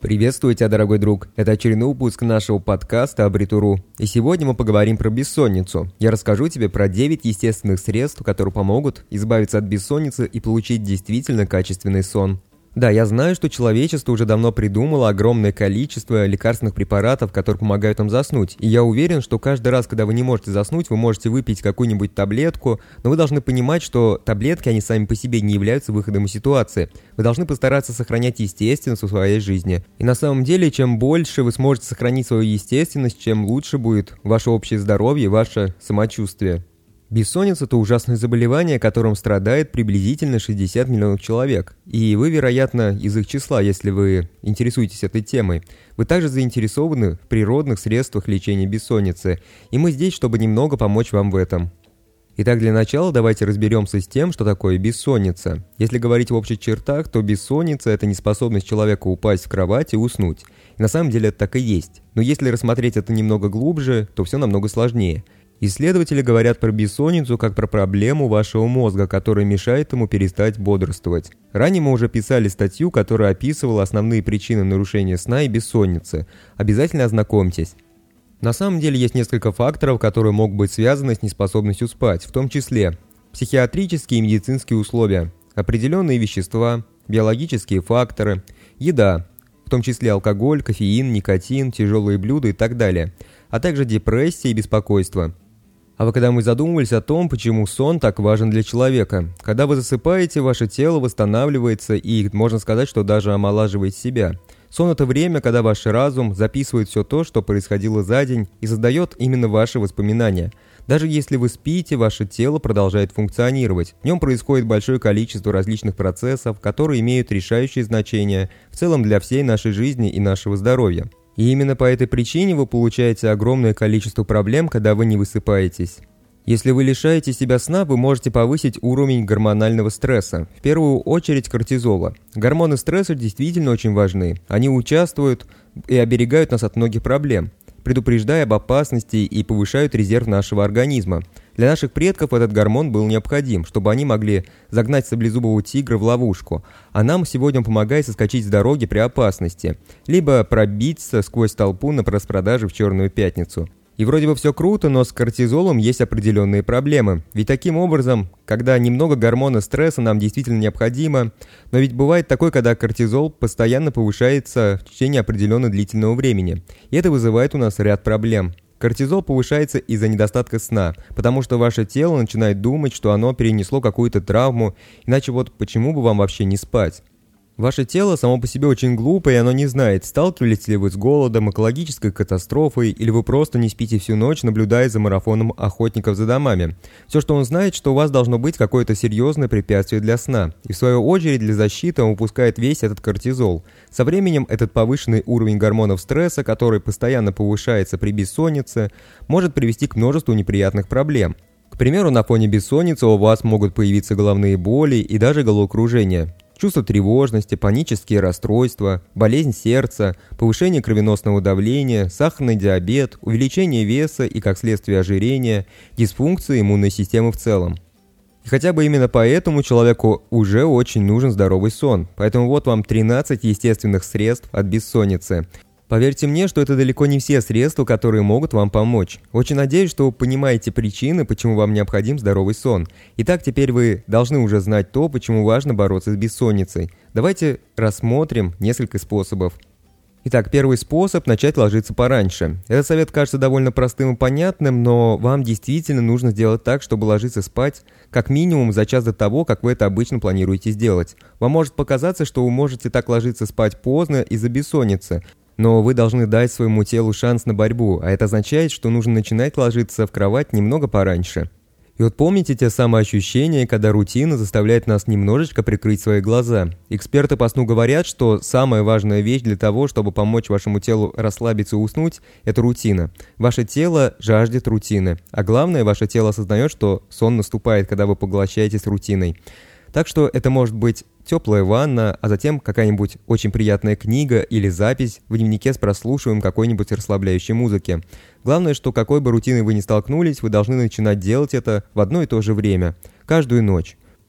Приветствую тебя, дорогой друг. Это очередной выпуск нашего подкаста «Абритуру». И сегодня мы поговорим про бессонницу. Я расскажу тебе про 9 естественных средств, которые помогут избавиться от бессонницы и получить действительно качественный сон. Да, я знаю, что человечество уже давно придумало огромное количество лекарственных препаратов, которые помогают нам заснуть. И я уверен, что каждый раз, когда вы не можете заснуть, вы можете выпить какую-нибудь таблетку, но вы должны понимать, что таблетки, они сами по себе не являются выходом из ситуации. Вы должны постараться сохранять естественность в своей жизни. И на самом деле, чем больше вы сможете сохранить свою естественность, чем лучше будет ваше общее здоровье и ваше самочувствие. Бессонница – это ужасное заболевание, которым страдает приблизительно 60 миллионов человек. И вы, вероятно, из их числа, если вы интересуетесь этой темой. Вы также заинтересованы в природных средствах лечения бессонницы. И мы здесь, чтобы немного помочь вам в этом. Итак, для начала давайте разберемся с тем, что такое бессонница. Если говорить в общих чертах, то бессонница – это неспособность человека упасть в кровать и уснуть. И на самом деле это так и есть. Но если рассмотреть это немного глубже, то все намного сложнее. Исследователи говорят про бессонницу как про проблему вашего мозга, которая мешает ему перестать бодрствовать. Ранее мы уже писали статью, которая описывала основные причины нарушения сна и бессонницы. Обязательно ознакомьтесь. На самом деле есть несколько факторов, которые могут быть связаны с неспособностью спать, в том числе психиатрические и медицинские условия, определенные вещества, биологические факторы, еда, в том числе алкоголь, кофеин, никотин, тяжелые блюда и так далее, а также депрессия и беспокойство. А вы когда мы задумывались о том, почему сон так важен для человека? Когда вы засыпаете, ваше тело восстанавливается и, можно сказать, что даже омолаживает себя. Сон – это время, когда ваш разум записывает все то, что происходило за день, и создает именно ваши воспоминания. Даже если вы спите, ваше тело продолжает функционировать. В нем происходит большое количество различных процессов, которые имеют решающее значение в целом для всей нашей жизни и нашего здоровья. И именно по этой причине вы получаете огромное количество проблем, когда вы не высыпаетесь. Если вы лишаете себя сна, вы можете повысить уровень гормонального стресса, в первую очередь кортизола. Гормоны стресса действительно очень важны. Они участвуют и оберегают нас от многих проблем, предупреждая об опасности и повышают резерв нашего организма. Для наших предков этот гормон был необходим, чтобы они могли загнать саблезубого тигра в ловушку, а нам сегодня помогает соскочить с дороги при опасности, либо пробиться сквозь толпу на распродаже в Черную пятницу. И вроде бы все круто, но с кортизолом есть определенные проблемы. Ведь таким образом, когда немного гормона стресса нам действительно необходимо, но ведь бывает такое, когда кортизол постоянно повышается в течение определенного длительного времени. И это вызывает у нас ряд проблем. Кортизол повышается из-за недостатка сна, потому что ваше тело начинает думать, что оно перенесло какую-то травму, иначе вот почему бы вам вообще не спать? Ваше тело само по себе очень глупое, и оно не знает, сталкивались ли вы с голодом, экологической катастрофой, или вы просто не спите всю ночь, наблюдая за марафоном охотников за домами. Все, что он знает, что у вас должно быть какое-то серьезное препятствие для сна. И в свою очередь для защиты он выпускает весь этот кортизол. Со временем этот повышенный уровень гормонов стресса, который постоянно повышается при бессоннице, может привести к множеству неприятных проблем. К примеру, на фоне бессонницы у вас могут появиться головные боли и даже головокружение. Чувство тревожности, панические расстройства, болезнь сердца, повышение кровеносного давления, сахарный диабет, увеличение веса и, как следствие, ожирение, дисфункция иммунной системы в целом. И хотя бы именно поэтому человеку уже очень нужен здоровый сон. Поэтому вот вам 13 естественных средств от бессонницы. Поверьте мне, что это далеко не все средства, которые могут вам помочь. Очень надеюсь, что вы понимаете причины, почему вам необходим здоровый сон. Итак, теперь вы должны уже знать то, почему важно бороться с бессонницей. Давайте рассмотрим несколько способов. Итак, первый способ – начать ложиться пораньше. Этот совет кажется довольно простым и понятным, но вам действительно нужно сделать так, чтобы ложиться спать как минимум за час до того, как вы это обычно планируете сделать. Вам может показаться, что вы можете так ложиться спать поздно из-за бессонницы, но вы должны дать своему телу шанс на борьбу, а это означает, что нужно начинать ложиться в кровать немного пораньше. И вот помните те самые ощущения, когда рутина заставляет нас немножечко прикрыть свои глаза? Эксперты по сну говорят, что самая важная вещь для того, чтобы помочь вашему телу расслабиться и уснуть, это рутина. Ваше тело жаждет рутины, а главное, ваше тело осознает, что сон наступает, когда вы поглощаетесь рутиной. Так что это может быть теплая ванна, а затем какая-нибудь очень приятная книга или запись в дневнике с прослушиванием какой-нибудь расслабляющей музыки. Главное, что какой бы рутиной вы ни столкнулись, вы должны начинать делать это в одно и то же время, каждую ночь.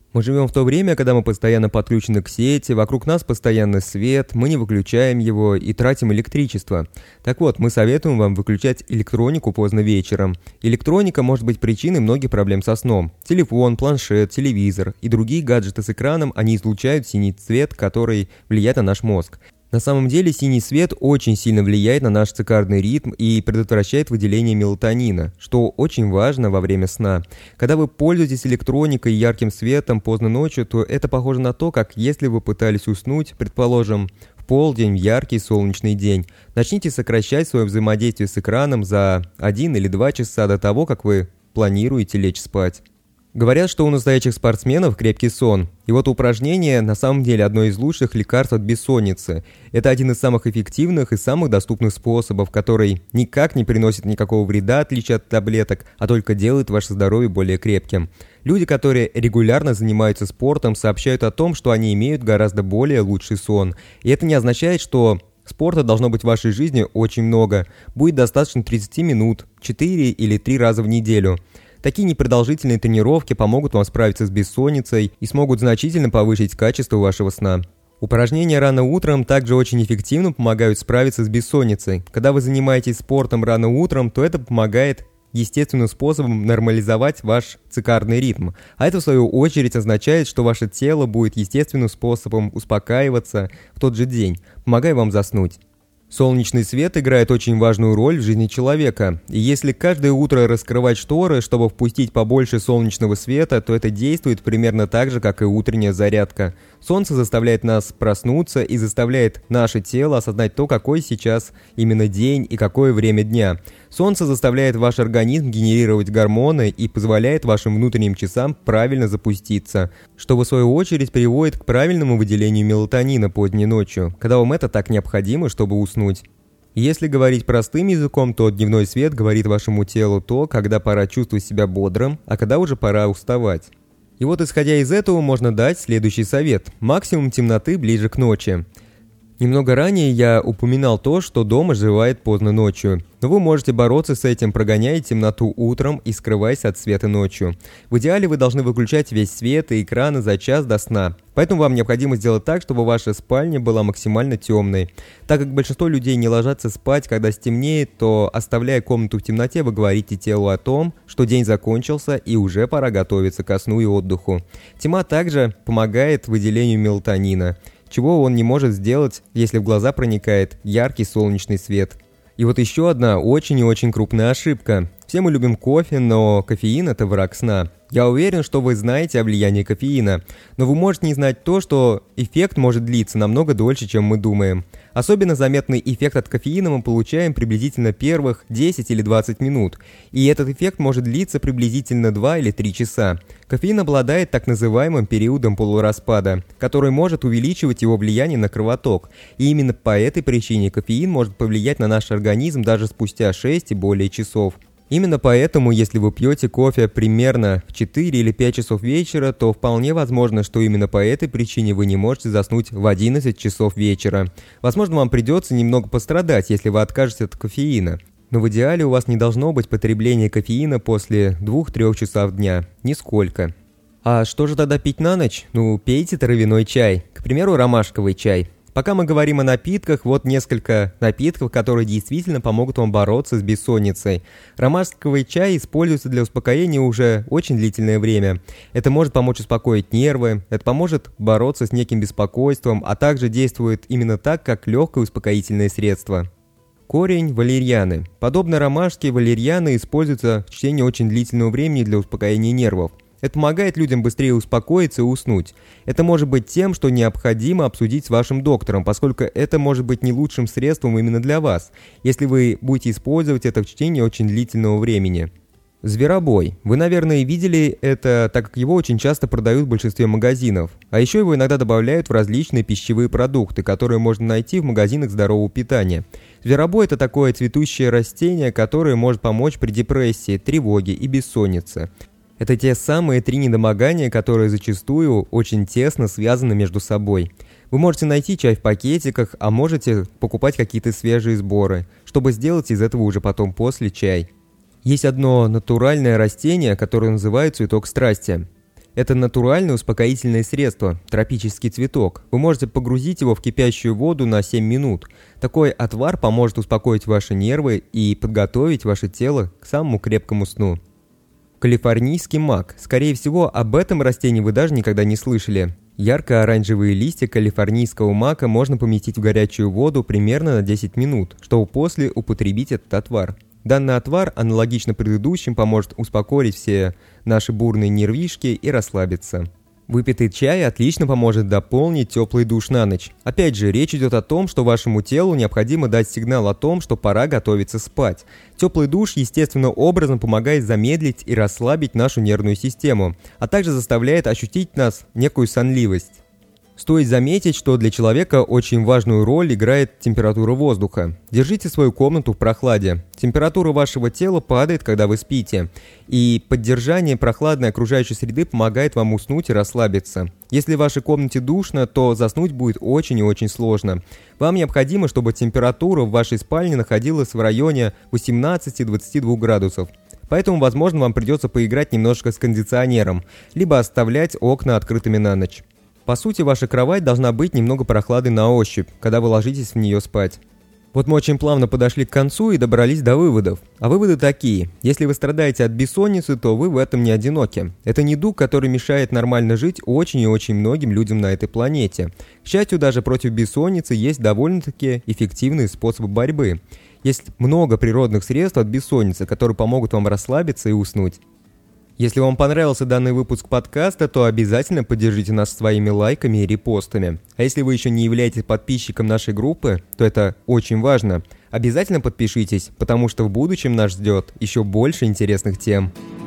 Мы живем в то время, когда мы постоянно подключены к сети, вокруг нас постоянно свет, мы не выключаем его и тратим электричество. Так вот, мы советуем вам выключать электронику поздно вечером. Электроника может быть причиной многих проблем со сном. Телефон, планшет, телевизор и другие гаджеты с экраном, они излучают синий цвет, который влияет на наш мозг. На самом деле синий свет очень сильно влияет на наш циркадный ритм и предотвращает выделение мелатонина, что очень важно во время сна. Когда вы пользуетесь электроникой и ярким светом поздно ночью, то это похоже на то, как если вы пытались уснуть, предположим, в полдень, в яркий солнечный день. Начните сокращать свое взаимодействие с экраном за 1 или 2 часа до того, как вы планируете лечь спать. Говорят, что у настоящих спортсменов крепкий сон. И вот упражнение на самом деле одно из лучших лекарств от бессонницы. Это один из самых эффективных и самых доступных способов, который никак не приносит никакого вреда, отличие от таблеток, а только делает ваше здоровье более крепким. Люди, которые регулярно занимаются спортом, сообщают о том, что они имеют гораздо более лучший сон. И это не означает, что спорта должно быть в вашей жизни очень много. Будет достаточно 30 минут, 4 или 3 раза в неделю. Такие непродолжительные тренировки помогут вам справиться с бессонницей и смогут значительно повысить качество вашего сна. Упражнения рано утром также очень эффективно помогают справиться с бессонницей. Когда вы занимаетесь спортом рано утром, то это помогает естественным способом нормализовать ваш циркадный ритм. А это в свою очередь означает, что ваше тело будет естественным способом успокаиваться в тот же день, помогая вам заснуть. Солнечный свет играет очень важную роль в жизни человека, и если каждое утро раскрывать шторы, чтобы впустить побольше солнечного света, то это действует примерно так же, как и утренняя зарядка. Солнце заставляет нас проснуться и заставляет наше тело осознать то, какой сейчас именно день и какое время дня. Солнце заставляет ваш организм генерировать гормоны и позволяет вашим внутренним часам правильно запуститься, что в свою очередь приводит к правильному выделению мелатонина поздней ночью, когда вам это так необходимо, чтобы уснуть. Если говорить простым языком, то дневной свет говорит вашему телу то, когда пора чувствовать себя бодрым, а когда уже пора уставать. И вот исходя из этого можно дать следующий совет. Максимум темноты ближе к ночи. Немного ранее я упоминал то, что дом оживает поздно ночью. Но вы можете бороться с этим, прогоняя темноту утром и скрываясь от света ночью. В идеале вы должны выключать весь свет и экраны за час до сна. Поэтому вам необходимо сделать так, чтобы ваша спальня была максимально темной. Так как большинство людей не ложатся спать, когда стемнеет, то, оставляя комнату в темноте, вы говорите телу о том, что день закончился и уже пора готовиться ко сну и отдыху. Тьма также помогает выделению мелатонина, чего он не может сделать, если в глаза проникает яркий солнечный свет. И вот еще одна очень и очень крупная ошибка. Все мы любим кофе, но кофеин – это враг сна. Я уверен, что вы знаете о влиянии кофеина, но вы можете не знать то, что эффект может длиться намного дольше, чем мы думаем. Особенно заметный эффект от кофеина мы получаем приблизительно первых 10 или 20 минут, и этот эффект может длиться приблизительно 2 или 3 часа. Кофеин обладает так называемым периодом полураспада, который может увеличивать его влияние на кровоток, и именно по этой причине кофеин может повлиять на наш организм даже спустя 6 и более часов. Именно поэтому, если вы пьете кофе примерно в 4 или 5 часов вечера, то вполне возможно, что именно по этой причине вы не можете заснуть в 11 часов вечера. Возможно, вам придется немного пострадать, если вы откажетесь от кофеина. Но в идеале у вас не должно быть потребления кофеина после 2-3 часов дня. Нисколько. А что же тогда пить на ночь? Пейте травяной чай. К примеру, ромашковый чай. Пока мы говорим о напитках, вот несколько напитков, которые действительно помогут вам бороться с бессонницей. Ромашковый чай используется для успокоения уже очень длительное время. Это может помочь успокоить нервы, это поможет бороться с неким беспокойством, а также действует именно так, как легкое успокоительное средство. Корень валерьяны. Подобно ромашке, валерьяна используется в течение очень длительного времени для успокоения нервов. Это помогает людям быстрее успокоиться и уснуть. Это может быть тем, что необходимо обсудить с вашим доктором, поскольку это может быть не лучшим средством именно для вас, если вы будете использовать это в течение очень длительного времени. Зверобой. Вы, наверное, видели это, так как его очень часто продают в большинстве магазинов. А еще его иногда добавляют в различные пищевые продукты, которые можно найти в магазинах здорового питания. Зверобой – это такое цветущее растение, которое может помочь при депрессии, тревоге и бессоннице. Это те самые 3 недомогания, которые зачастую очень тесно связаны между собой. Вы можете найти чай в пакетиках, а можете покупать какие-то свежие сборы, чтобы сделать из этого уже потом после чай. Есть одно натуральное растение, которое называют цветок страсти. Это натуральное успокоительное средство, тропический цветок. Вы можете погрузить его в кипящую воду на 7 минут. Такой отвар поможет успокоить ваши нервы и подготовить ваше тело к самому крепкому сну. Калифорнийский мак. Скорее всего, об этом растении вы даже никогда не слышали. Ярко-оранжевые листья калифорнийского мака можно поместить в горячую воду примерно на 10 минут, чтобы после употребить этот отвар. Данный отвар, аналогично предыдущим, поможет успокоить все наши бурные нервишки и расслабиться. Выпитый чай отлично поможет дополнить теплый душ на ночь. Опять же, речь идет о том, что вашему телу необходимо дать сигнал о том, что пора готовиться спать. Теплый душ естественным образом помогает замедлить и расслабить нашу нервную систему, а также заставляет ощутить нас некую сонливость. Стоит заметить, что для человека очень важную роль играет температура воздуха. Держите свою комнату в прохладе. Температура вашего тела падает, когда вы спите, и поддержание прохладной окружающей среды помогает вам уснуть и расслабиться. Если в вашей комнате душно, то заснуть будет очень и очень сложно. Вам необходимо, чтобы температура в вашей спальне находилась в районе 18-22 градусов. Поэтому, возможно, вам придется поиграть немножко с кондиционером, либо оставлять окна открытыми на ночь. По сути, ваша кровать должна быть немного прохладной на ощупь, когда вы ложитесь в нее спать. Вот мы очень плавно подошли к концу и добрались до выводов. А выводы такие. Если вы страдаете от бессонницы, то вы в этом не одиноки. Это недуг, который мешает нормально жить очень и очень многим людям на этой планете. К счастью, даже против бессонницы есть довольно-таки эффективные способы борьбы. Есть много природных средств от бессонницы, которые помогут вам расслабиться и уснуть. Если вам понравился данный выпуск подкаста, то обязательно поддержите нас своими лайками и репостами. А если вы еще не являетесь подписчиком нашей группы, то это очень важно. Обязательно подпишитесь, потому что в будущем нас ждет еще больше интересных тем.